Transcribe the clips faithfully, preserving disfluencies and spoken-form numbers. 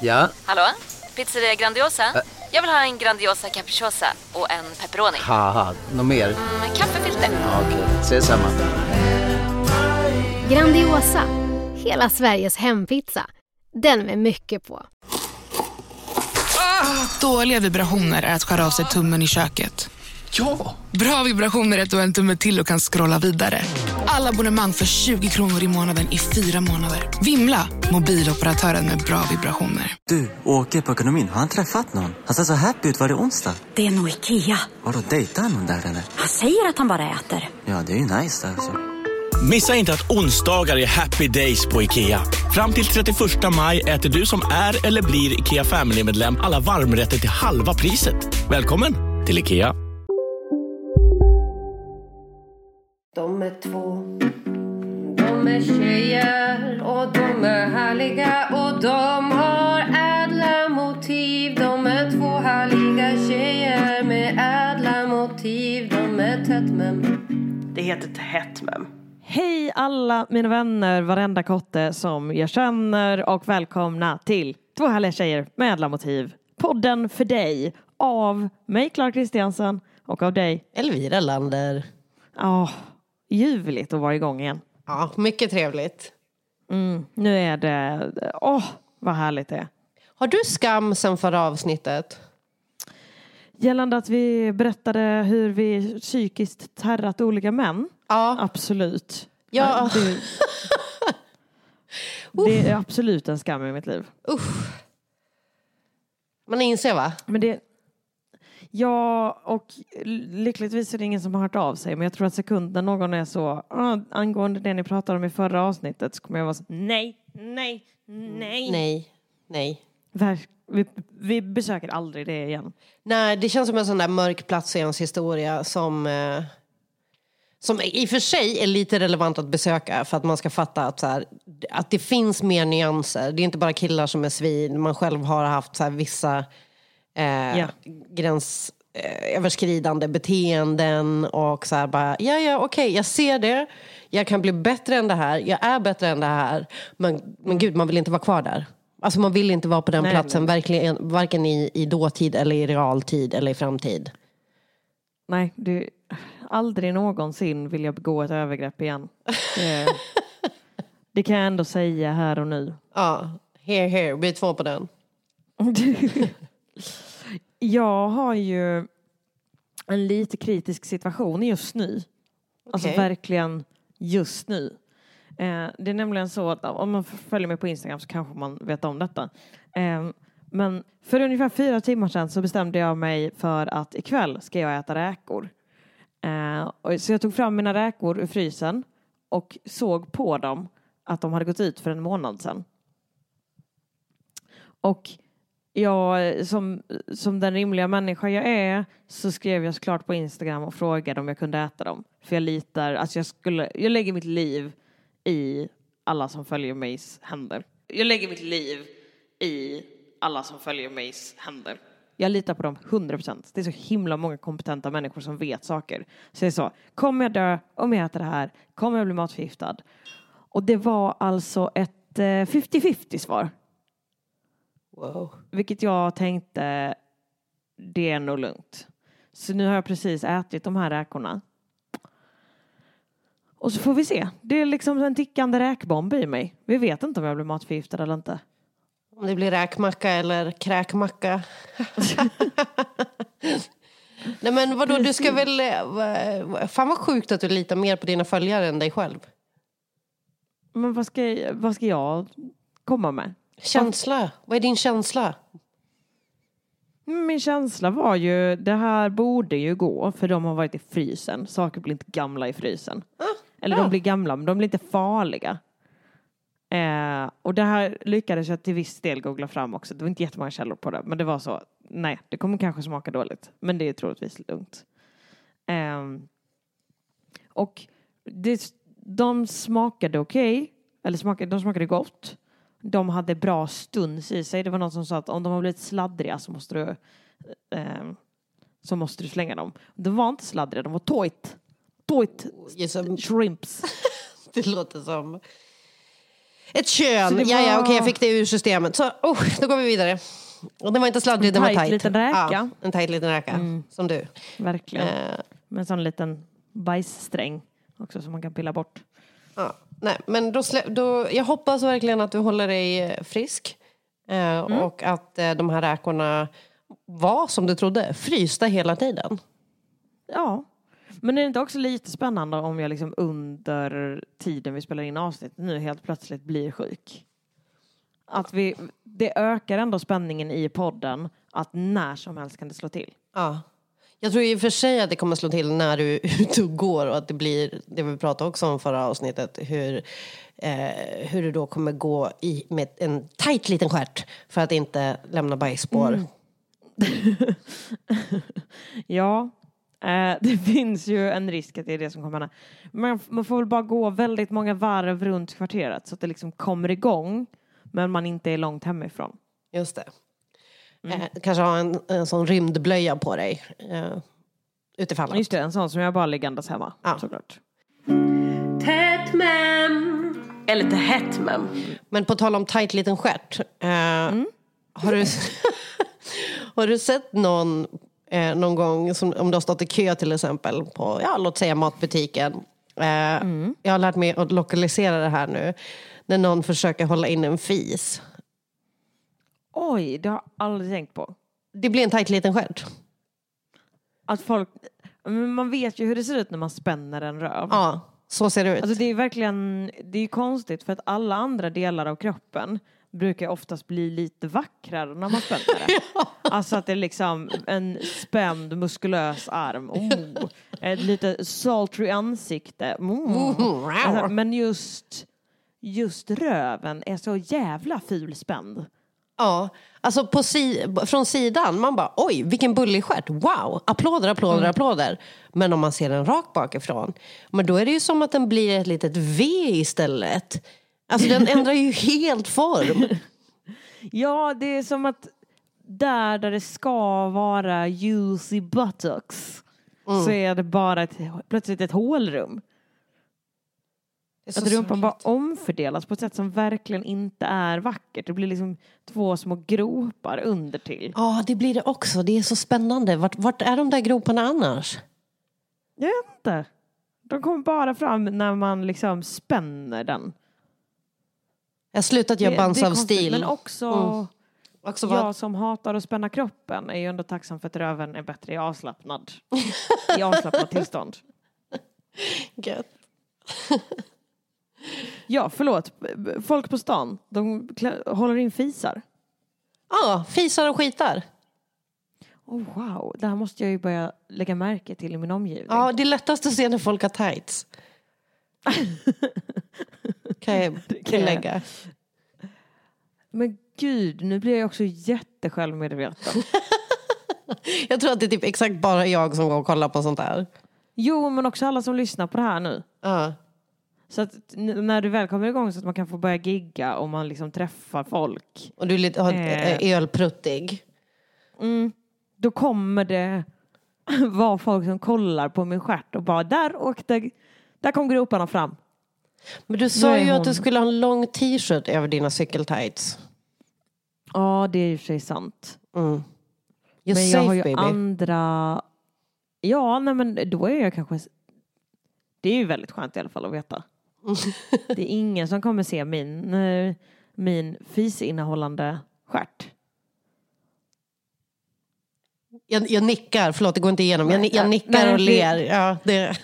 Ja? Hallå? Pizzeria Grandiosa? Ä- Jag vill ha en Grandiosa capriciosa och en pepperoni. Haha, något mer? Mm, kaffefilter. Ja, okej, okay. Ses samma. Grandiosa, hela Sveriges hempizza. Den med mycket på. Ah, dåliga vibrationer är att skära av sig tummen i köket. Ja! Bra vibrationer är att du har en tumme till och kan scrolla vidare. Alla abonnemang för tjugo kronor i månaden i fyra månader. Vimla, mobiloperatören med bra vibrationer. Du, åker på ekonomin. Har han träffat någon? Han ser så happy ut. Var det onsdag? Det är nog Ikea. Har du dejtat någon där eller? Han säger att han bara äter. Ja, det är ju nice alltså. Missa inte att onsdagar är happy days på Ikea. Fram till trettioförsta maj äter du som är eller blir Ikea Family-medlem alla varmrätter till halva priset. Välkommen till Ikea. De är två, de är tjejer och de är härliga och de har ädla motiv. De är två härliga tjejer med ädla motiv. De är tättmem. Det heter tättmem. Hej alla mina vänner, varenda kotte som jag känner och välkomna till Två härliga tjejer med ädla motiv. Podden för dig av mig, Clara Kristiansen, och av dig, Elvira Lander. Ja, oh, ljuvligt att vara igång igen. Ja, mycket trevligt. Mm, nu är det, åh, oh, vad härligt det är. Har du skam sen förra avsnittet? Gällande att vi berättade hur vi psykiskt terrat olika män? Ja. Absolut. Ja. Det, det är absolut en skam i mitt liv. Usch. Man inser, va? Men det... Ja, och lyckligtvis är det ingen som har hört av sig. Men jag tror att sekunden någon är så ah, angående det ni pratade om i förra avsnittet, så kommer jag vara så nej, nej, nej. Nej, nej. Vi, vi besöker aldrig det igen. Nej, det känns som en sån där mörk plats i ens historia som, eh, som i och för sig är lite relevant att besöka för att man ska fatta att, så här, att det finns mer nyanser. Det är inte bara killar som är svin. Man själv har haft så här, vissa eh, ja. gränsöverskridande eh, beteenden och så här bara, ja, ja, okej, okay, jag ser det. Jag kan bli bättre än det här. Jag är bättre än det här. Men, men gud, man vill inte vara kvar där. Alltså man vill inte vara på den nej, platsen nej. Verkligen, varken i, i dåtid eller i realtid eller i framtid. Nej, du, aldrig någonsin vill jag begå ett övergrepp igen. Det, det kan jag ändå säga här och nu. Ja, here, here, bli två på den. Jag har ju en lite kritisk situation just nu. Okay. Alltså verkligen just nu. Eh, det är nämligen så att om man följer mig på Instagram så kanske man vet om detta. Eh, men för ungefär fyra timmar sedan så bestämde jag mig för att ikväll ska jag äta räkor. Eh, och, så jag tog fram mina räkor ur frysen och såg på dem att de hade gått ut för en månad sedan. Och jag, som, som den rimliga människa jag är, så skrev jag såklart på Instagram och frågade om jag kunde äta dem. För jag litar, alltså jag skulle, jag lägger mitt liv i alla som följer mejs händer. Jag lägger mitt liv i alla som följer mejs händer. Jag litar på dem hundra procent. Det är så himla många kompetenta människor som vet saker. Så jag sa, kommer jag dö om jag äter det här? Kommer jag bli matförgiftad? Och det var alltså ett eh, femtio-femtio svar. Wow. Vilket jag tänkte, det är nog lugnt. Så nu har jag precis ätit de här räkorna. Och så får vi se. Det är liksom en tickande räkbomb i mig. Vi vet inte om jag blir matförgiftad eller inte. Om det blir räkmacka eller kräkmacka. Nej men vadå, du ska väl... Fan vad sjukt att du litar mer på dina följare än dig själv. Men vad ska jag, vad ska jag komma med? Känsla. Vad är din känsla? Min känsla var ju, det här borde ju gå, för de har varit i frysen. Saker blir inte gamla i frysen. Ah, Eller ah. de blir gamla, men de blir inte farliga. Eh, och det här lyckades jag till viss del googla fram också. Det var inte jättemånga källor på det, men det var så, nej, det kommer kanske smaka dåligt. Men det är troligtvis lugnt. Eh, och det, de smakade okej. Okay, eller smakade, de smakade gott. De hade bra stuns i sig. Det var någon som sa att om de har blivit sladdriga så måste du eh, så måste du slänga dem. De var inte sladdriga, de var toit. Toit som... shrimps. Det låter som Ett kön. Så det Ja, ja, var- okej, jag fick det ur systemet. Så, oh, då går vi vidare. Och det var inte sladdrigt, det var tajt tajt. liten räka. Ja, en tajt liten räka. Mm. Som du. Verkligen. Eh, Med en sån liten bajssträng också som man kan pilla bort. ja. Nej, men då, slä, då, jag hoppas verkligen att du håller dig eh, frisk. Eh, Mm. Och att eh, de här räkorna var, som du trodde, frysta hela tiden. Ja. Men är det inte också lite spännande om jag liksom under tiden vi spelar in avsnitt nu helt plötsligt blir sjuk? Att vi, det ökar ändå spänningen i podden att när som helst kan det slå till. Ja. Jag tror i och för sig att det kommer slå till när du är ute och går. Och att det blir, det vi pratade också om förra avsnittet. Hur, eh, hur det då kommer gå i, med en tajt liten stjärt. För att inte lämna bajsspår. Mm. Ja, eh, det finns ju en risk att det är det som kommer hända. Men man får väl bara gå väldigt många varv runt kvarteret så att det liksom kommer igång. Men man inte är långt hemifrån. Just det. Mm. Eh, kanske ha en, en sån rymdblöja på dig. Eh, utifall. Just det, en sån som jag bara liggandes hemma. Ja. Såklart. Tätt mem. Eller lite hett mem. Men på tal om tajt liten stjärt. Eh, Mm. har, du, har du sett någon, eh, någon gång som, om du har stått i kö till exempel på, ja, låt säga matbutiken. Eh, Mm. Jag har lärt mig att lokalisera det här nu. När någon försöker hålla in en fis. Oj, det har jag aldrig tänkt på. Det blir en tajt liten stjärt. Att folk, men man vet ju hur det ser ut när man spänner en röv. Ja, så ser det ut. Alltså det är verkligen, det är ju konstigt för att alla andra delar av kroppen brukar oftast bli lite vackrare när man spänner det. Ja. Alltså att det är liksom en spänd, muskulös arm. Oh, ett lite sultry ansikte. Mm. Alltså, men just, just röven är så jävla fulspänd. Ja, alltså på si- från sidan, man bara, oj, vilken bullig stjärt, wow, applåder, applåder, Mm. applåder. Men om man ser den rakt bakifrån, men då är det ju som att den blir ett litet V istället. Alltså den ändrar ju helt form. Ja, det är som att där där det ska vara juicy buttocks Mm. så är det bara ett, plötsligt ett hålrum. Det är så Att rumpan sorgligt. bara omfördelas på ett sätt som verkligen inte är vackert. Det blir liksom två små gropar under till. Ja, det blir det också. Det är så spännande. Vart, vart är de där groparna annars? Jag vet inte. De kommer bara fram när man liksom spänner den. Jag har slutat göra Det- bands det är av konstigt, stil. Men också, Mm. Också vad- jag som hatar att spänna kroppen är ju ändå tacksam för att röven är bättre i avslappnad. I avslappnad tillstånd. Gött. Ja, förlåt. Folk på stan, de klä- håller in fisar. Ja, fisar och skitar. Oh, wow, det här måste jag ju börja lägga märke till i min omgivning. Ja, det är lättast att se när folk har tights. Kan jag tillägga. Men gud, nu blir jag också jättesjälvmedveten. Jag tror att det är typ exakt bara jag som går och kollar på sånt här. Jo, men också alla som lyssnar på det här nu. Ja. Så att n- när du väl kommer igång så att man kan få börja gigga och man liksom träffar folk. Och du är lite har, Eh. ölpruttig. Mm, då kommer det vara folk som kollar på min stjärt och bara, där åkte, där kom groparna fram. Men du Nu sa är ju hon- att du skulle ha en lång t-shirt över dina cykeltights. Ja, det är ju för sig sant. Mm. You're Men safe, jag har ju baby. andra... Ja, nej men då är jag kanske... Det är ju väldigt skönt i alla fall att veta. Det är ingen som kommer se min, eh, min fisinnehållande stjärt. Jag, jag nickar, förlåt det går inte igenom. Jag, ni- jag Nej, nickar nej, och det- ler. Ja, det...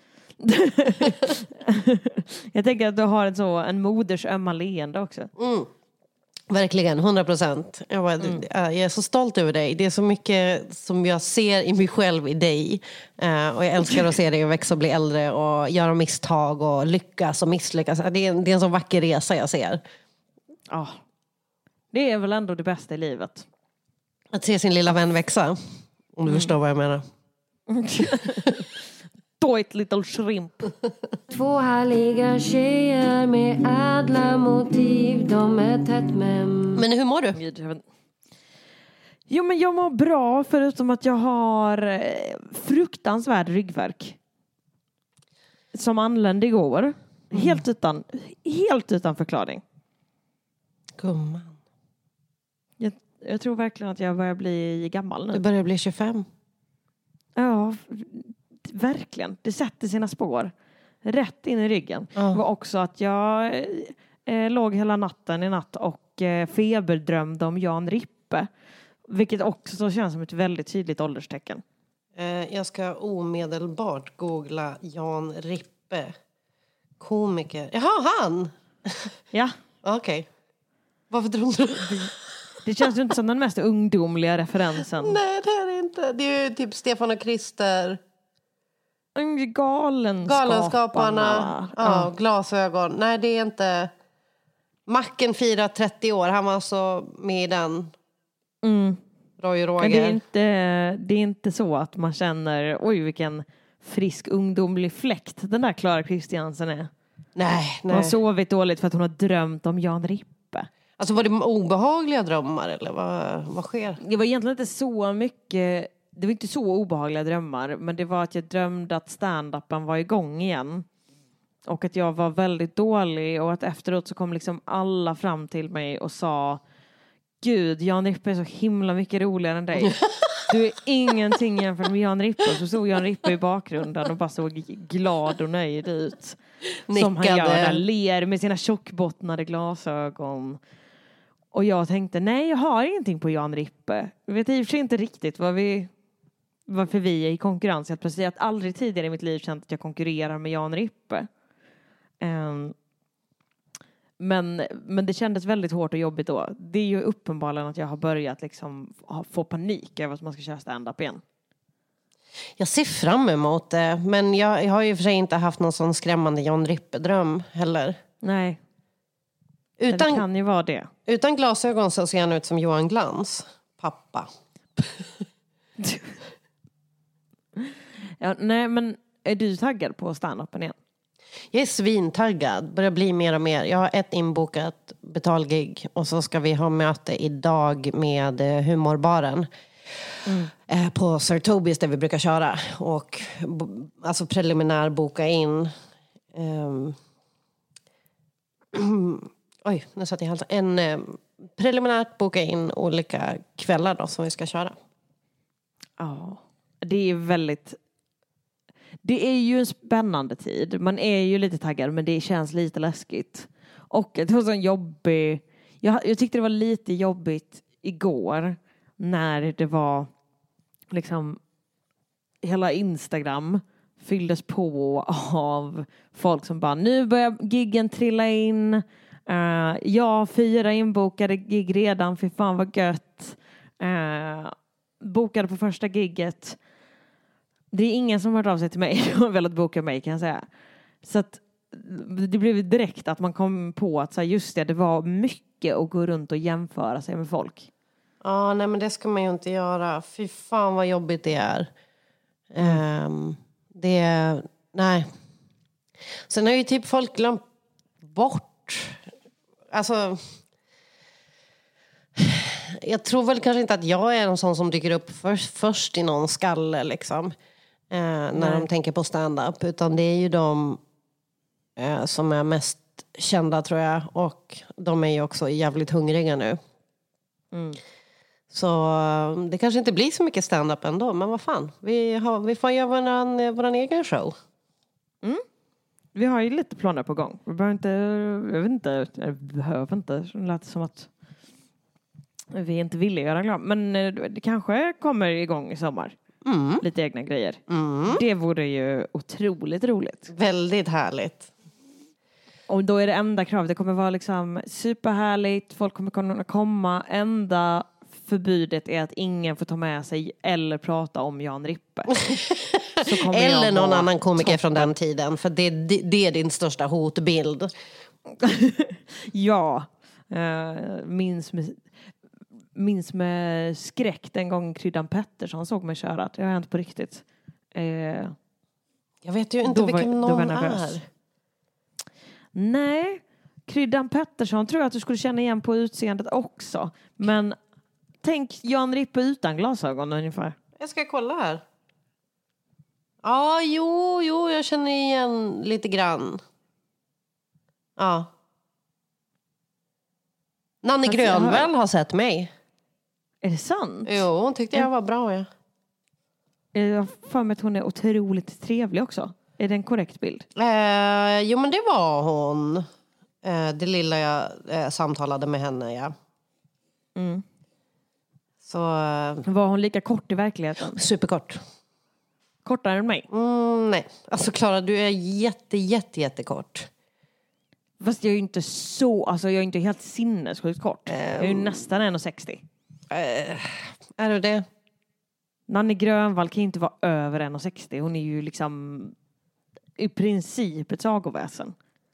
Jag tänker att du har en, så, en moders ömma leende också. Mm. Verkligen, hundra procent. Jag, bara, Mm. jag är så stolt över dig. Det är så mycket som jag ser i mig själv i dig. Eh, och jag älskar att se dig växa och bli äldre och göra misstag och lyckas och misslyckas. Det är en, det är en så vacker resa jag ser. Ja. Det är väl ändå det bästa i livet. Att se sin lilla vän växa. Om du förstår vad jag menar. Toit little shrimp. Två härliga tjejer med ädla motiv. De är tätt mem. Men hur mår du? Jo, men jag mår bra förutom att jag har eh, fruktansvärd ryggvärk. Som anlände igår. Helt utan, helt utan förklaring. Gumman. Jag, jag tror verkligen att jag börjar bli gammal nu. Du börjar bli tjugofem. Ja, verkligen. Det sätter sina spår. Rätt in i ryggen. Ja. Det var också att jag eh, låg hela natten i natt och eh, feberdrömde om Jan Rippe. Vilket också känns som ett väldigt tydligt ålderstecken. Eh, jag ska omedelbart googla Jan Rippe. Komiker. Jaha, han! Ja. Okej. Okay. Varför trodde du? Det känns ju inte som den mest ungdomliga referensen. Nej, det är det inte. Det är ju typ Stefan och Krister. Galenskaparna. Galenskaparna. Ja, ja, glasögon. Nej, det är inte... Macken firar trettio år. Han var alltså med i den. Mm. Roy och Roger. Men det är inte, det är inte så att man känner, oj vilken frisk ungdomlig fläkt den där Clara Kristiansen är. Nej, nej. Hon har sovit dåligt för att hon har drömt om Jan Rippe. Alltså var det obehagliga drömmar eller vad, vad sker? Det var egentligen inte så mycket, det var inte så obehagliga drömmar, men det var att jag drömde att stand-upen var igång igen. Och att jag var väldigt dålig och att efteråt så kom liksom alla fram till mig och sa, Gud, Jan Rippe är så himla mycket roligare än dig. Du är ingenting jämfört med Jan Rippe. Så såg Jan Rippe i bakgrunden och bara såg glad och nöjd ut. Nickade. Som han gör, där, ler med sina tjockbottnade glasögon. Och jag tänkte, nej jag har ingenting på Jan Rippe. Jag vet i och för sig inte riktigt vad vi, varför vi är i konkurrens. Jag precis att aldrig tidigare i mitt liv känt att jag konkurrerar med Jan Rippe. Um, Men, men det kändes väldigt hårt och jobbigt då. Det är ju uppenbarligen att jag har börjat liksom få panik över att man ska köra stand-up igen. Jag ser fram emot det. Men jag, jag har ju för sig inte haft någon sån skrämmande Jan Rippe-dröm heller. Nej. Utan, det kan ju vara det. Utan glasögon så ser han ut som Johan Glans. Pappa. Ja, nej, men är du taggad på stand-upen igen? Jag är svintaggad. Börjar bli mer och mer. Jag har ett inbokat betalgig. Och så ska vi ha möte idag med humorbaren. Mm. På Sir Tobies där vi brukar köra. Och alltså preliminär boka in. Um, oj, nu satt jag i halsen. En um, preliminärt boka in olika kvällar då som vi ska köra. Ja, det är väldigt... Det är ju en spännande tid. Man är ju lite taggad, men det känns lite läskigt. Och det var så en jobbig... Jag, jag tyckte det var lite jobbigt igår när det var liksom hela Instagram fylldes på av folk som bara, nu börjar giggen trilla in. Uh, jag fyra inbokade gig redan, för fan vad gött. Uh, bokade på första gigget. Det är ingen som har hört av sig till mig och velat boka mig, kan jag säga. Så att det blev direkt att man kom på att så här, just det, det var mycket att gå runt och jämföra sig med folk. Ja, nej men det ska man ju inte göra. Fy fan vad jobbigt det är. Mm. Um, det är, nej. Sen har ju typ folk glömt bort. Alltså... Jag tror väl kanske inte att jag är en sån som dyker upp först, först i någon skalle liksom. Eh, när Nej. de tänker på stand-up. Utan det är ju de eh, som är mest kända, tror jag. Och de är ju också jävligt hungriga nu. Mm. Så det kanske inte blir så mycket stand-up ändå. Men vad fan, vi, har, vi får göra våran, våran egen show. Mm. Vi har ju lite planer på gång. Vi behöver inte, jag vet inte, jag behöver inte. Det lät som att vi inte ville göra glad. Men det kanske kommer igång i sommar. Mm. Lite egna grejer. Mm. Det vore ju otroligt roligt. Väldigt härligt. Och då är det enda kravet. Det kommer vara liksom superhärligt. Folk kommer kunna komma. Enda förbudet är att ingen får ta med sig eller prata om Jan Rippe. Eller någon annan komiker toppen. Från den tiden. För det, det, det är din största hotbild. Ja. Uh, minns med... minns med skräck den gången Kryddan Pettersson såg mig köra. Det har hänt på riktigt. Eh, jag vet ju inte vilken var, någon är. Nej, Kryddan Pettersson tror jag att du skulle känna igen på utseendet också. Men tänk Jan Rippe utan glasögon ungefär. Jag ska kolla här. Ja, ah, jo, jo, jag känner igen lite grann. Ja. Nanne Grönvall har sett mig. Är det sant? Jo, hon tyckte jag var bra. Ja. Jag har för mig att hon är otroligt trevlig också. Är det en korrekt bild? Eh, jo, men det var hon. Eh, det lilla jag eh, samtalade med henne, ja. Mm. Så... Eh, var hon lika kort i verkligheten? Superkort. Kortare än mig? Mm, nej. Alltså Klara, du är jätte, jätte, jättekort. Fast jag är ju inte så... Alltså jag är inte helt sinnessjukt kort. Um, jag är ju nästan en komma sextio. Uh, är du det? Nanne Grönvall kan inte vara över en komma sextio. Hon är ju liksom i princip ett sagoväsen.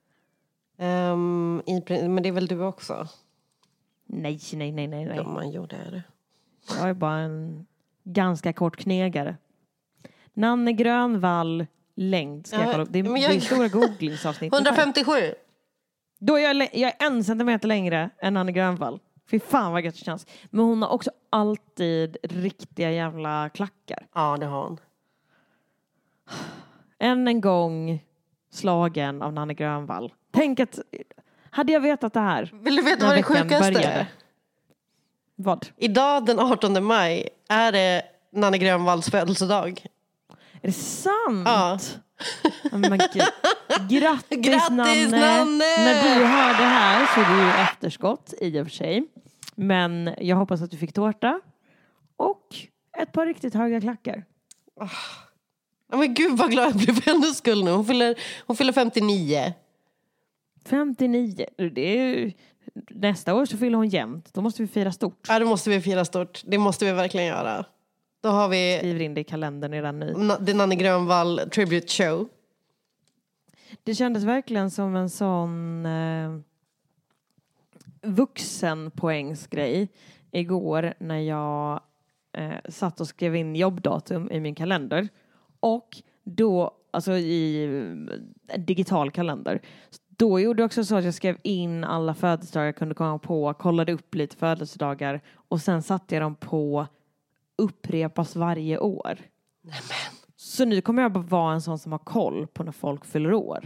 Um, i, men det är väl du också? Nej, nej, nej, nej. nej. Ja, man gjorde det. Jag är bara en ganska kort knegare. Nanne Grönvall längd ska ja, jag kolla upp. Det är, jag... det är stora googlingsavsnitt. hundrafemtiosju. Då är jag, jag är en centimeter längre än Nanne Grönvall. Fy fan vad gött det känns. Men hon har också alltid riktiga jävla klackar. Ja, det har hon. Än en gång slagen av Nanne Grönvall. Tänk att, hade jag vetat det här. Vill du veta vad det sjukaste är? Vad? Idag den artonde maj är det Nanne Grönvalls födelsedag. Är det sant? Ja. Oh, men grattis, Grattis Nanne. Nanne! När du hör det här så är det ju efterskott i och för sig. Men jag hoppas att du fick tårta. Och ett par riktigt höga klackar. Oh. Oh, men gud vad glad jag blev för hennes skull nu. Hon fyller, hon fyller femtionio. femtionio? Det är ju... Nästa år så fyller hon jämnt. Då måste vi fira stort. Ja, då måste vi fira stort. Det måste vi verkligen göra. Då har vi... Skriver in det i kalendern redan nu. Det Nanne Grönvall Tribute Show. Det kändes verkligen som en sån eh, vuxenpoängsgrej igår när jag eh, satt och skrev in jobbdatum i min kalender. Och då, alltså i en digital kalender. Då gjorde jag också så att jag skrev in alla födelsedagar jag kunde komma på. Kollade upp lite födelsedagar. Och sen satte jag dem på upprepas varje år. Nämen. Så nu kommer jag bara vara en sån som har koll på när folk fyller år.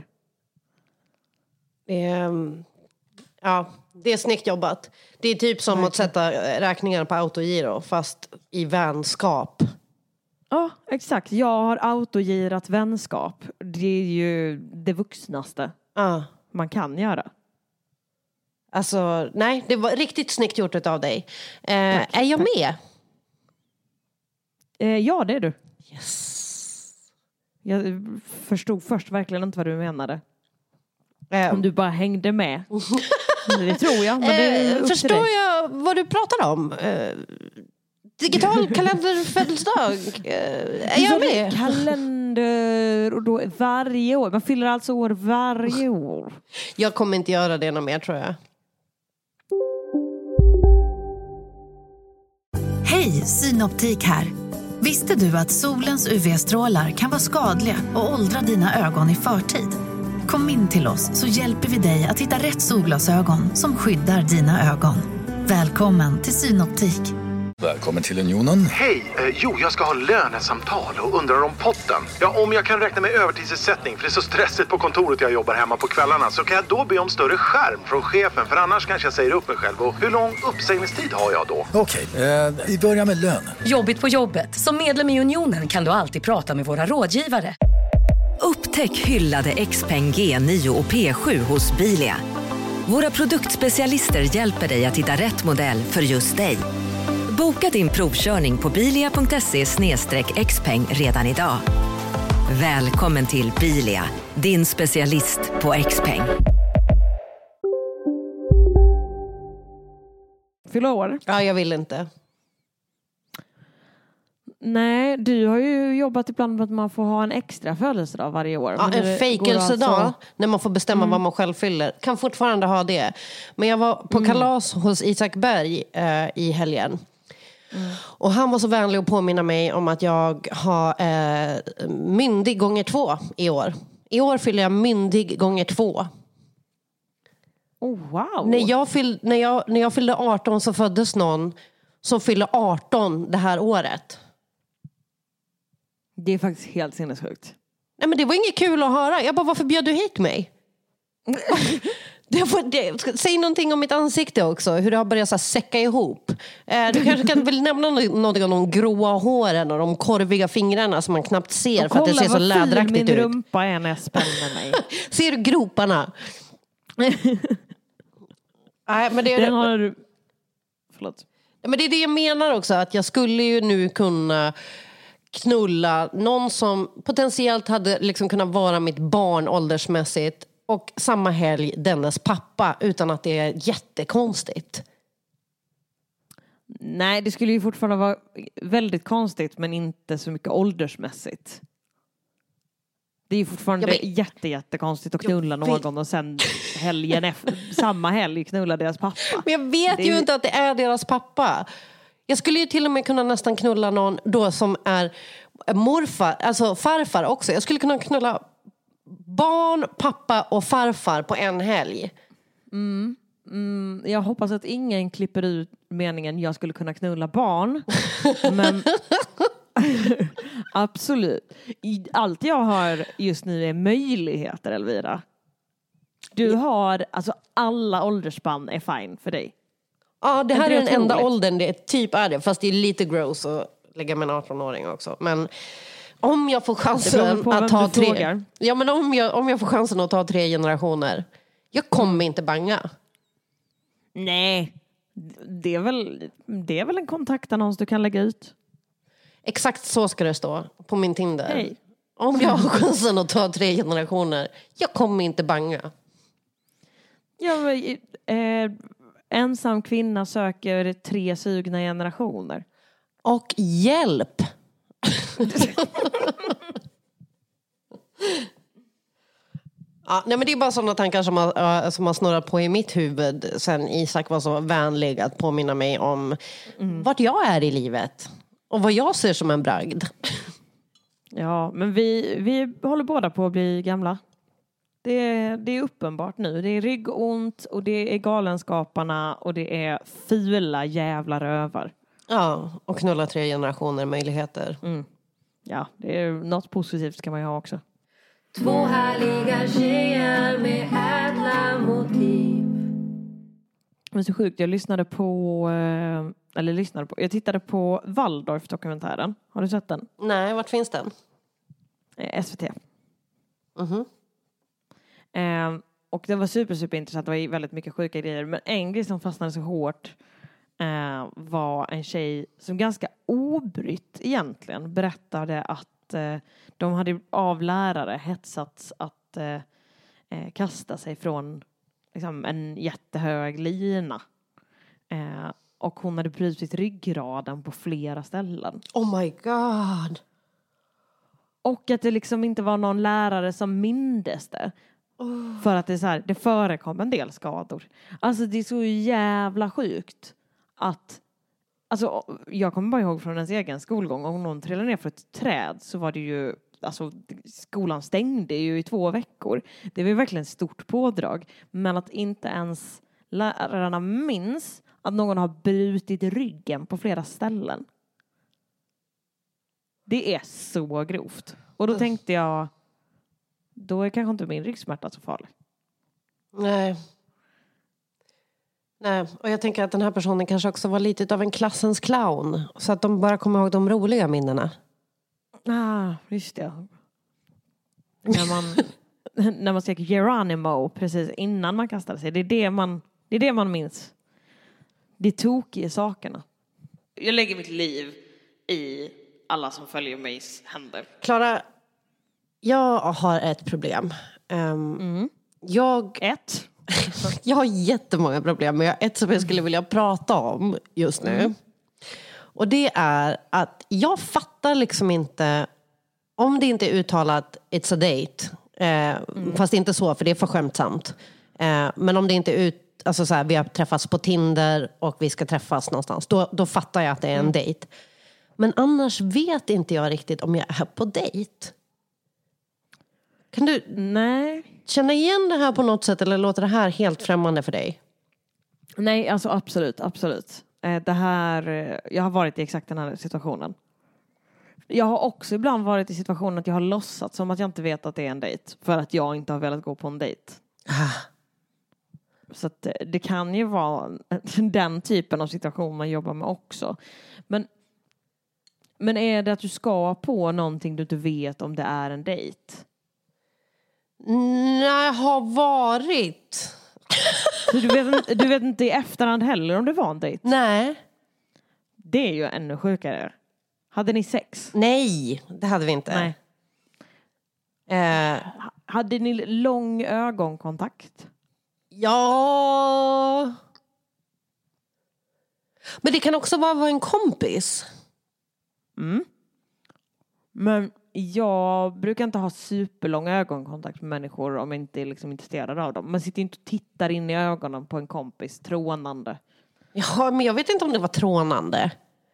Um, ja, det är snyggt jobbat. Det är typ som att sätta räkningar på autogiro fast i vänskap. Ja, exakt. Jag har autogirat vänskap. Det är ju det vuxnaste uh. man kan göra. Alltså, nej, det var riktigt snyggt gjort av dig. Uh, är jag med? Eh, ja, det är du. Yes. Jag förstod först verkligen inte vad du menade. Um. Om du bara hängde med. Det tror jag. Men det eh, förstår jag vad du pratar om? Eh, digital kalender födelsedag. Eh, är jag med? Kalender och då varje år. Man fyller alltså år varje år. Jag kommer inte göra det någon mer, tror jag. Hej, Synoptik här. Visste du att solens U V-strålar kan vara skadliga och åldra dina ögon i förtid? Kom in till oss så hjälper vi dig att hitta rätt solglasögon som skyddar dina ögon. Välkommen till Synoptik. Välkommen till Unionen. Hej, eh, jo jag ska ha lönesamtal och undrar om potten. Ja, om jag kan räkna med övertidsersättning för det är så stressigt på kontoret jag jobbar hemma på kvällarna så kan jag då be om större skärm från chefen för annars kanske jag säger upp mig själv. Och hur lång uppsägningstid har jag då? Okej, eh, vi börjar med lön. Jobbigt på jobbet. Som medlem i Unionen kan du alltid prata med våra rådgivare. Upptäck hyllade Xpeng G nio och P sju hos Bilia. Våra produktspecialister hjälper dig att hitta rätt modell för just dig. Boka din provkörning på bilia punkt se slash xpeng redan idag. Välkommen till Bilia, din specialist på Xpeng. Fylla år? Ja, jag vill inte. Nej, du har ju jobbat ibland med att man får ha en extra födelsedag varje år. Ja, en fejkelsedag alltså... när man får bestämma mm. vad man själv fyller. Kan fortfarande ha det. Men jag var på mm. kalas hos Isak Berg eh, i helgen. Mm. Och han var så vänlig att påminna mig om att jag har eh, myndig gånger två i år. I år fyller jag myndig gånger två. Oh, wow. När jag, fyll, när, jag, när jag fyllde arton så föddes någon som fyllde arton det här året. Det är faktiskt helt sinnessjukt. Nej, men det var inget kul att höra. Jag bara, varför bjöd du hit mig? Det får, det, säg någonting om mitt ansikte också. Hur det har börjat så här, säcka ihop. Eh, du kanske kan väl nämna något om de gråa håren och de korviga fingrarna som man knappt ser. Och för att det ser så lädraktigt ut. Min rumpa är när jag spänner mig. Ser du groparna? Nej, men det är... Den har... Förlåt. Men det är det jag menar också. Att jag skulle ju nu kunna knulla någon som potentiellt hade liksom kunnat vara mitt barn åldersmässigt. Och samma helg dennes pappa. Utan att det är jättekonstigt. Nej, det skulle ju fortfarande vara väldigt konstigt. Men inte så mycket åldersmässigt. Det är ju fortfarande ja, men, jätte, jättekonstigt att knulla någon och sen helgen efter, samma helg knulla deras pappa. Men jag vet det ju är... inte att det är deras pappa. Jag skulle ju till och med kunna nästan knulla någon då som är morfar, alltså farfar också. Jag skulle kunna knulla barn, pappa och farfar på en helg. Mm. Mm, jag hoppas att ingen klipper ut meningen jag skulle kunna knulla barn. Men... Absolut. Allt jag har just nu är möjligheter, Elvira. Du har, alltså alla åldersspann är fine för dig. Ja, det här är den enda åldern det typ är det. Fast det är lite gross att lägga med en arton-åring också. Men om jag får chansen att ta tre... Frågar. Ja, men om jag, om jag får chansen att ta tre generationer. Jag kommer inte banga. Nej. Det är väl, det är väl en kontaktannons du kan lägga ut. Exakt så ska det stå på min Tinder. Hey. Om jag har chansen att ta tre generationer. Jag kommer inte banga. Ja, men, eh, ensam kvinna söker tre sugna generationer. Och hjälp! Ja, nej, men det är bara sådana tankar som har, uh, som har snurrat på i mitt huvud sen Isak var så vänlig att påminna mig om mm. vart jag är i livet. Och vad jag ser som en bragd. Ja, men vi, vi håller båda på att bli gamla. Det är, det är uppenbart nu. Det är ryggont och det är galenskaparna och det är fula jävla rövar. Ja, och knulla tre generationer möjligheter. Mm. Ja, det är något positivt kan man ju ha också. Två härliga tjejer med ädla motiv. Men så sjukt, jag lyssnade på... Eller lyssnade på... Jag tittade på Waldorf-dokumentären. Har du sett den? Nej, vart finns den? S V T. Mhm. Eh, och det var super, super intressant. Det var väldigt mycket sjuka grejer. Men en grej som fastnade så hårt eh, var en tjej som ganska obrytt egentligen berättade att eh, de hade av lärare hetsats att eh, eh, kasta sig från liksom, en jättehög lina. Eh, och hon hade brutit ryggraden på flera ställen. Oh my god! Och att det liksom inte var någon lärare som mindes det. Oh. För att det, är så här, det förekom en del skador. Alltså det är så jävla sjukt att... Alltså jag kommer bara ihåg från ens egen skolgång. Om någon trillade ner för ett träd så var det ju... Alltså skolan stängde ju i två veckor. Det var ju verkligen ett stort pådrag. Men att inte ens lärarna minns att någon har brutit ryggen på flera ställen. Det är så grovt. Och då tänkte jag, då är kanske inte min ryggsmärta så farlig. Nej. Nej, och jag tänker att den här personen kanske också var lite av en klassens clown. Så att de bara kommer ihåg de roliga minnena. Ah, just det. När man, när man skrek Geronimo precis innan man kastade sig. Det är det man, det är det man minns. Det tokiga sakerna. Jag lägger mitt liv i alla som följer mig händer. Klara, jag har ett problem. Um, mm. Jag... Ett? Jag har jättemånga problem, men jag har ett som jag skulle vilja prata om just nu. Mm. Och det är att jag fattar liksom inte, om det inte är uttalat it's a date, eh, mm. fast inte så, för det är för skämtsamt. Eh, men om det inte är ut, alltså så här, vi har träffats på Tinder och vi ska träffas någonstans, då, då fattar jag att det är en mm. dejt. Men annars vet inte jag riktigt om jag är på dejt. Kan du Nej. känna igen det här på något sätt, eller låter det här helt främmande för dig? Nej, alltså absolut, absolut. Det här, jag har varit i exakt den här situationen. Jag har också ibland varit i situationen att jag har låtsat som att jag inte vet att det är en dejt. För att jag inte har velat gå på en dejt. Ah. Så att det kan ju vara den typen av situation man jobbar med också. Men, men är det att du ska på någonting du inte vet om det är en dejt? Nej, har varit. Så du vet, du vet inte i efterhand heller om det var en dejt? Nej. Det är ju ännu sjukare. Hade ni sex? Nej, det hade vi inte. Nej. Eh, hade ni lång ögonkontakt? Ja. Men det kan också vara en kompis. Mm. Men jag brukar inte ha superlång ögonkontakt med människor om jag inte är liksom intresserad av dem. Man sitter inte och tittar in i ögonen på en kompis, trånande. Ja, men jag vet inte om det var trånande.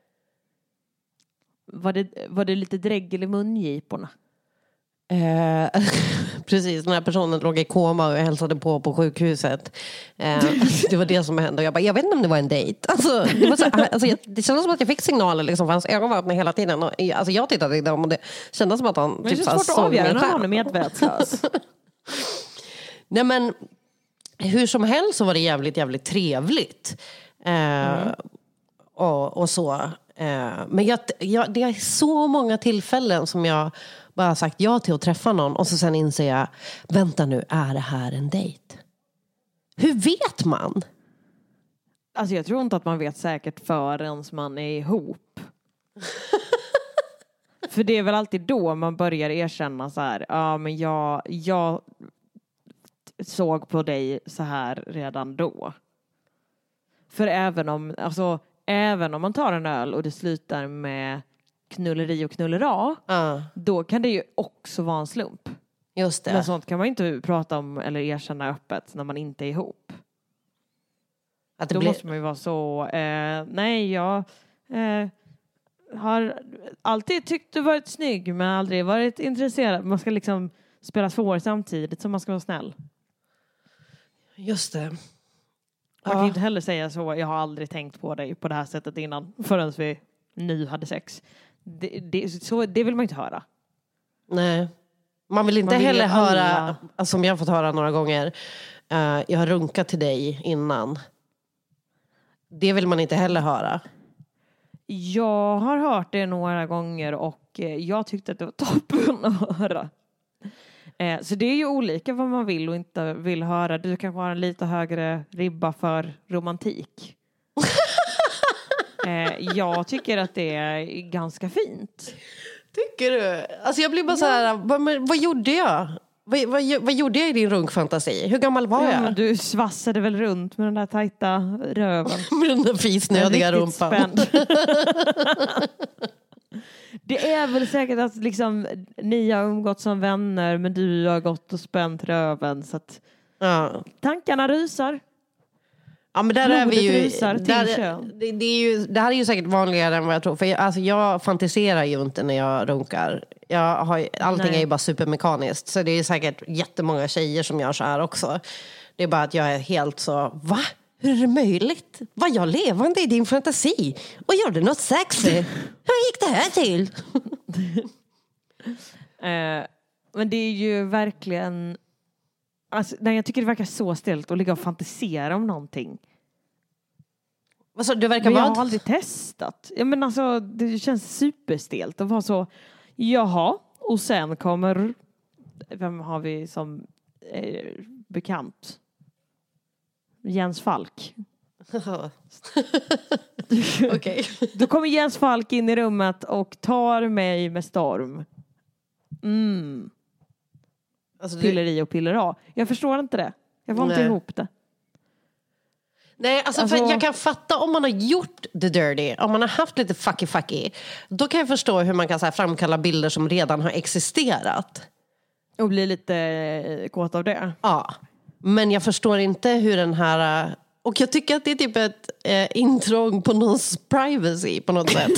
Var det, var det lite dräggel i mungiporna? Eh, precis, den här personen låg i koma och jag hälsade på på sjukhuset. Eh, det var det som hände. Och jag bara, jag vet inte om det var en dejt. Alltså, det, var så, alltså, jag, det kändes som att jag fick signaler liksom, för hans ögon var öppna hela tiden. Och, alltså, jag tittade i dem och det kändes som att han... Men det är så svårt att avgöra när han är medvetslös. Nej, men hur som helst så var det jävligt, jävligt trevligt. Eh, mm. och, och så. Eh, men jag, jag, det är så många tillfällen som jag bara sagt ja till att träffa någon och så sen inser jag, vänta nu, är det här en dejt? Hur vet man? Alltså jag tror inte att man vet säkert förrän man är ihop. För det är väl alltid då man börjar erkänna så här, ja men jag, jag såg på dig så här redan då. För även om, alltså även om man tar en öl och det slutar med knulleri och knullera, uh. då kan det ju också vara en slump. Just det. Men sånt kan man inte prata om eller erkänna öppet när man inte är ihop. Att det då blir... måste man ju vara så, eh, nej jag eh, har alltid tyckt du varit snygg men aldrig varit intresserad. Man ska liksom spela svår samtidigt som man ska vara snäll. Just det. Man ja. kan inte heller säga så, jag har aldrig tänkt på dig på det här sättet innan förrän vi nu hade sex. Det, det, så, det vill man inte höra. Nej. Man vill inte man vill heller höra, alla... som jag har fått höra några gånger, uh, jag har runkat till dig innan. Det vill man inte heller höra. Jag har hört det några gånger och jag tyckte att det var toppen att höra. Eh, så det är ju olika vad man vill och inte vill höra. Du kan vara en lite högre ribba för romantik. eh, jag tycker att det är ganska fint. Tycker du? Alltså jag blir bara ja. så här, vad, vad gjorde jag? Vad, vad, vad gjorde jag i din runkfantasi? Hur gammal var jag? Ja, du svassade väl runt med den där tajta röven. med den där fisnödiga rumpan. Det är väl säkert att liksom, ni har umgått som vänner men du har gått och spänt röven så att ja. tankarna rusar. Ja, men där är vi ju där, det, det är ju det här är ju säkert vanligare än vad jag tror för jag, alltså jag fantiserar ju inte när jag runkar. Jag har allting Nej. är ju bara supermekaniskt så det är säkert jättemånga tjejer som gör så här också. Det är bara att jag är helt så va? Hur är det möjligt? Var jag levande i din fantasi och gjorde något sexy? Hur gick det här till? eh, men det är ju verkligen alltså, nej, jag tycker det verkar så stelt att ligga och fantisera om någonting. Alltså, du verkar men jag vad? har aldrig testat. Ja, men alltså, det känns superstelt att vara så, jaha, och sen kommer, vem har vi som eh, bekant? Jens Falk. Okej. Då kommer Jens Falk in i rummet och tar mig med storm. Mm. Alltså, det... Piller i och piller av. Jag förstår inte det. Jag får Nej. inte ihop det. Nej, alltså, alltså... För jag kan fatta om man har gjort the dirty. Om man har haft lite fucky fucky. Då kan jag förstå hur man kan så här, framkalla bilder som redan har existerat. Och bli lite kåt av det. Ja. Men jag förstår inte hur den här... Och jag tycker att det är typ ett eh, intrång på någons privacy på något sätt.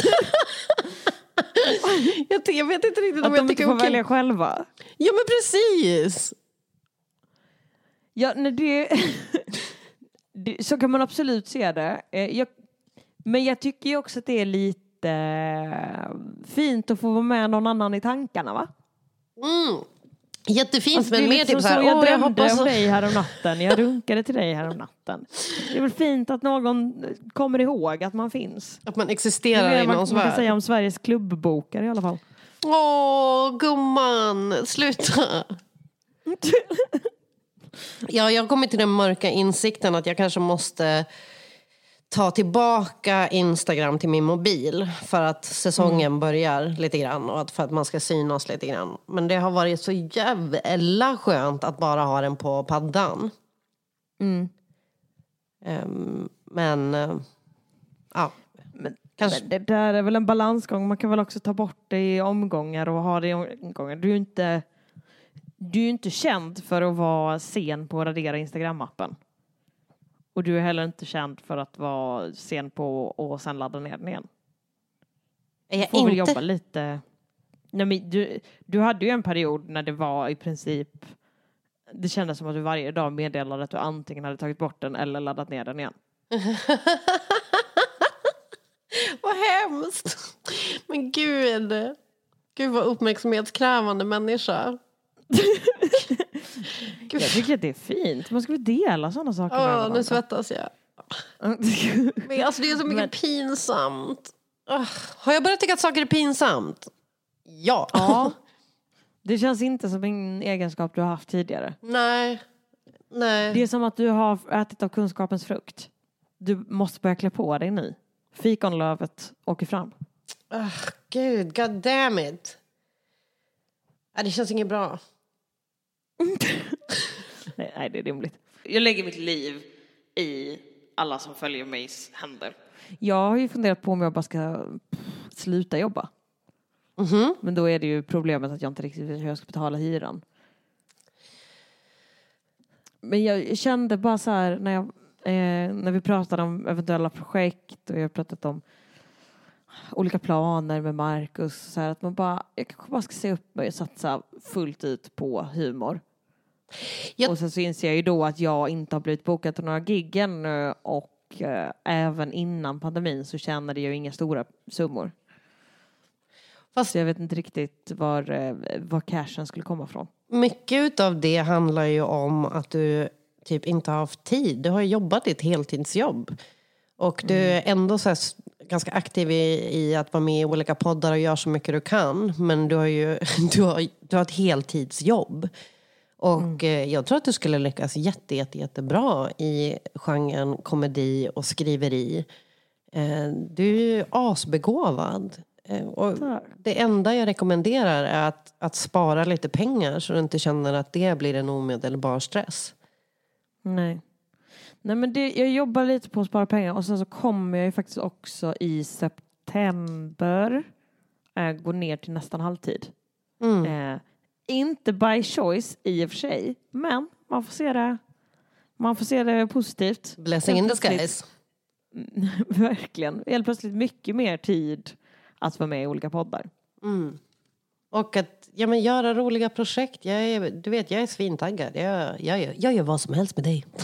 jag, jag vet inte riktigt om att jag de inte får okay. välja själva. Ja, men precis. Ja, när det, det... så kan man absolut se det. Jag, men jag tycker ju också att det är lite fint att få vara med någon annan i tankarna, va? Mm. Jättefint, Alltså, men mer typ så här, jag åh, jag drömde hoppas... om dig här om natten. Jag runkade till dig här om natten. Det är väl fint att någon kommer ihåg att man finns. Att man existerar det är i man, någons man kan värld. säga om Sveriges klubbbokare i alla fall. Åh, gumman, sluta. Ja, jag har kommit till den mörka insikten att jag kanske måste ta tillbaka Instagram till min mobil för att säsongen mm. börjar lite grann och att för att man ska synas lite grann. Men det har varit så jävla skönt att bara ha den på paddan. Mm. Um, men uh, ja, men, kanske... men det där är väl en balansgång. Man kan väl också ta bort det i omgångar och ha det i omgångar. Du är ju inte, du är ju inte känd för att vara sen på att radera Instagram-appen. Och du är heller inte känd för att vara sen på och sen ladda ner den igen. Är jag du får inte... väl jobba lite. Nej, men du, du hade ju en period när det var i princip, det kändes som att du varje dag meddelade att du antingen hade tagit bort den eller laddat ner den igen. Vad hemskt. Men gud. Gud vad uppmärksamhetskrävande människa. Jag tycker att det är fint. Man ska väl dela sådana saker. Ja, nu svettas jag. Men alltså det är så mycket Men... pinsamt. Uh, har jag börjat tycka att saker är pinsamt? Ja. Ja. Det känns inte som en egenskap du har haft tidigare. Nej. Nej. Det är som att du har ätit av kunskapens frukt. Du måste börja klä på dig nu. Fikonlövet åker fram. Uh, Gud, god damn it. Uh, det känns inget bra. nej, nej, det är rimligt. Jag lägger mitt liv i alla som följer mig händer. Jag har ju funderat på om jag bara ska sluta jobba. Mm-hmm. Men då är det ju problemet att jag inte riktigt vet hur jag ska betala hyran. Men jag kände bara så här när, jag, eh, när vi pratade om eventuella projekt och jag har pratat om olika planer med Marcus så här, att man bara, jag kanske bara ska se upp mig och satsa fullt ut på humor. Jag... Och sen så inser jag ju då att jag inte har blivit bokad till några giggen och eh, även innan pandemin så tjänade jag inga stora summor. Fast så jag vet inte riktigt var, eh, var cashen skulle komma från. Mycket av det handlar ju om att du typ inte har haft tid. Du har jobbat i ett heltidsjobb. Och du är ändå så här ganska aktiv i, i att vara med i olika poddar och göra så mycket du kan. Men du har ju du har, du har ett heltidsjobb. Och mm. eh, jag tror att du skulle lyckas jätte, jätte, jättebra i genren komedi och skriveri. Eh, du är ju asbegåvad. Eh, och det enda jag rekommenderar är att, att spara lite pengar så du inte känner att det blir en omedelbar stress. Nej. Nej, men det, jag jobbar lite på att spara pengar och sen så kommer jag ju faktiskt också i september äh, gå ner till nästan halvtid. Mm. Eh, inte by choice i och för sig, men man får se det, man får se det positivt. Blessing in disguise. Verkligen. Helt plötsligt mycket mer tid att vara med i olika poddar. Mm. Och att ja, men göra roliga projekt. Jag är, du vet, jag är svintaggad. Jag, jag, jag, jag gör vad som helst med dig.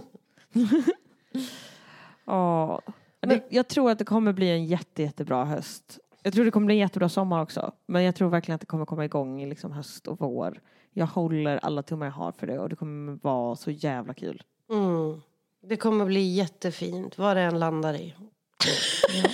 Ja, men jag tror att det kommer bli en jätte, jättebra höst. Jag tror det kommer bli en jättebra sommar också. Men jag tror verkligen att det kommer komma igång i liksom höst och vår. Jag håller alla tummar jag har för det. Och det kommer vara så jävla kul. Mm. Det kommer bli jättefint. Vad det än landar i. Ja.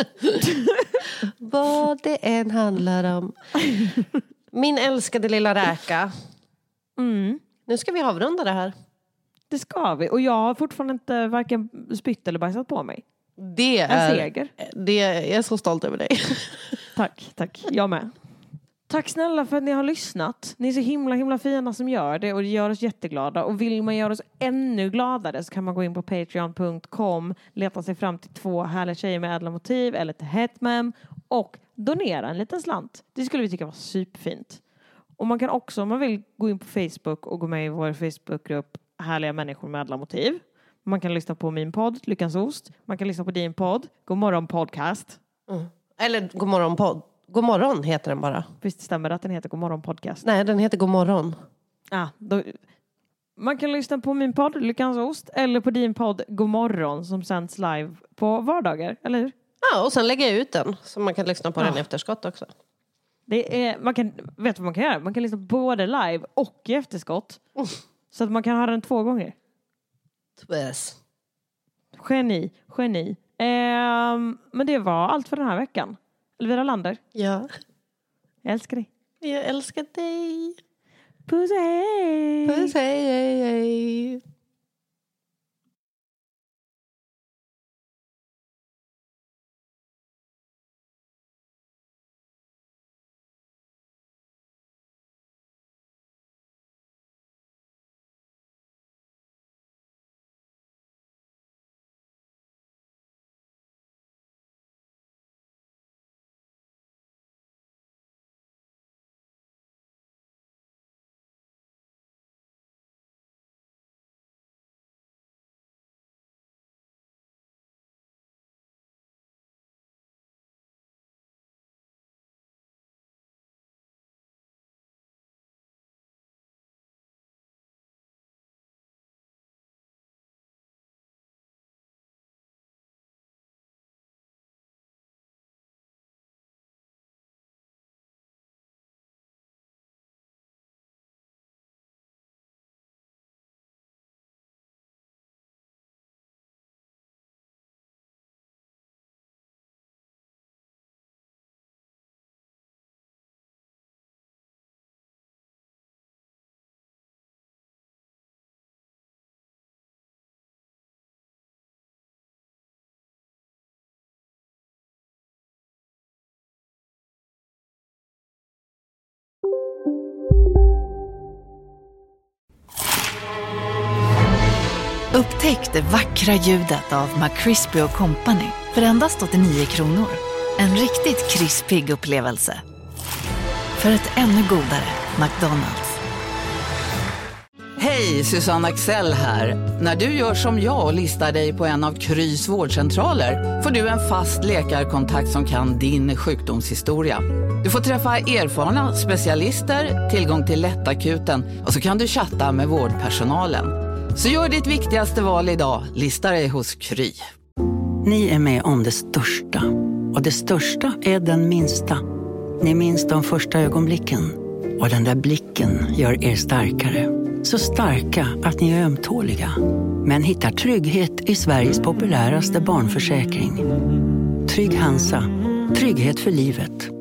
Vad det än handlar om. Min älskade lilla räka. Mm. Nu ska vi avrunda det här. Det ska vi. Och jag har fortfarande inte varken spytt eller bajsat på mig. Det är en seger. Det är, jag är så stolt över dig. Tack, tack. Jag med. Tack snälla för att ni har lyssnat. Ni är så himla, himla fina som gör det. Och det gör oss jätteglada. Och vill man göra oss ännu gladare så kan man gå in på patreon punkt com. Leta sig fram till två härliga tjejer med ädla motiv. Eller till Hetman. Och donera en liten slant. Det skulle vi tycka var superfint. Och man kan också, om man vill, gå in på Facebook och gå med i vår Facebookgrupp Härliga människor med ädla motiv. Man kan lyssna på min podd, Lyckans Ost. Man kan lyssna på din podd, Godmorgon Podcast. Mm. Eller Godmorgon Podd. Godmorgon heter den bara. Visst stämmer att den heter Godmorgon Podcast? Nej, den heter Godmorgon. Ah, då... Man kan lyssna på min podd, Lyckans Ost. Eller på din podd, Godmorgon, som sänds live på vardagar, eller hur? Ja, och sen lägger jag ut den. Så man kan lyssna på ah. den i efterskott också. Det är, man kan, vet du vad man kan göra? Man kan lyssna både live och i efterskott. Oh. Så att man kan ha den två gånger. Yes. Geni, geni. Ehm, men det var allt för den här veckan. Elvira Lander. Ja. Jag älskar dig. Jag älskar dig. Puss hej. Puss hej, hej, hej. Upptäck det vackra ljudet av McCrispy och Company för endast åttionio kronor. En riktigt krispig upplevelse. För ett ännu godare McDonald's. Hej, Susanne Axel här. När du gör som jag och listar dig på en av Krys vårdcentraler får du en fast läkarkontakt som kan din sjukdomshistoria. Du får träffa erfarna specialister, tillgång till lättakuten och så kan du chatta med vårdpersonalen. Så gör ditt viktigaste val idag. Lista dig hos Kry. Ni är med om det största. Och det största är den minsta. Ni minns de första ögonblicken. Och den där blicken gör er starkare. Så starka att ni är ömtåliga. Men hittar trygghet i Sveriges populäraste barnförsäkring. Trygg Hansa. Trygghet för livet.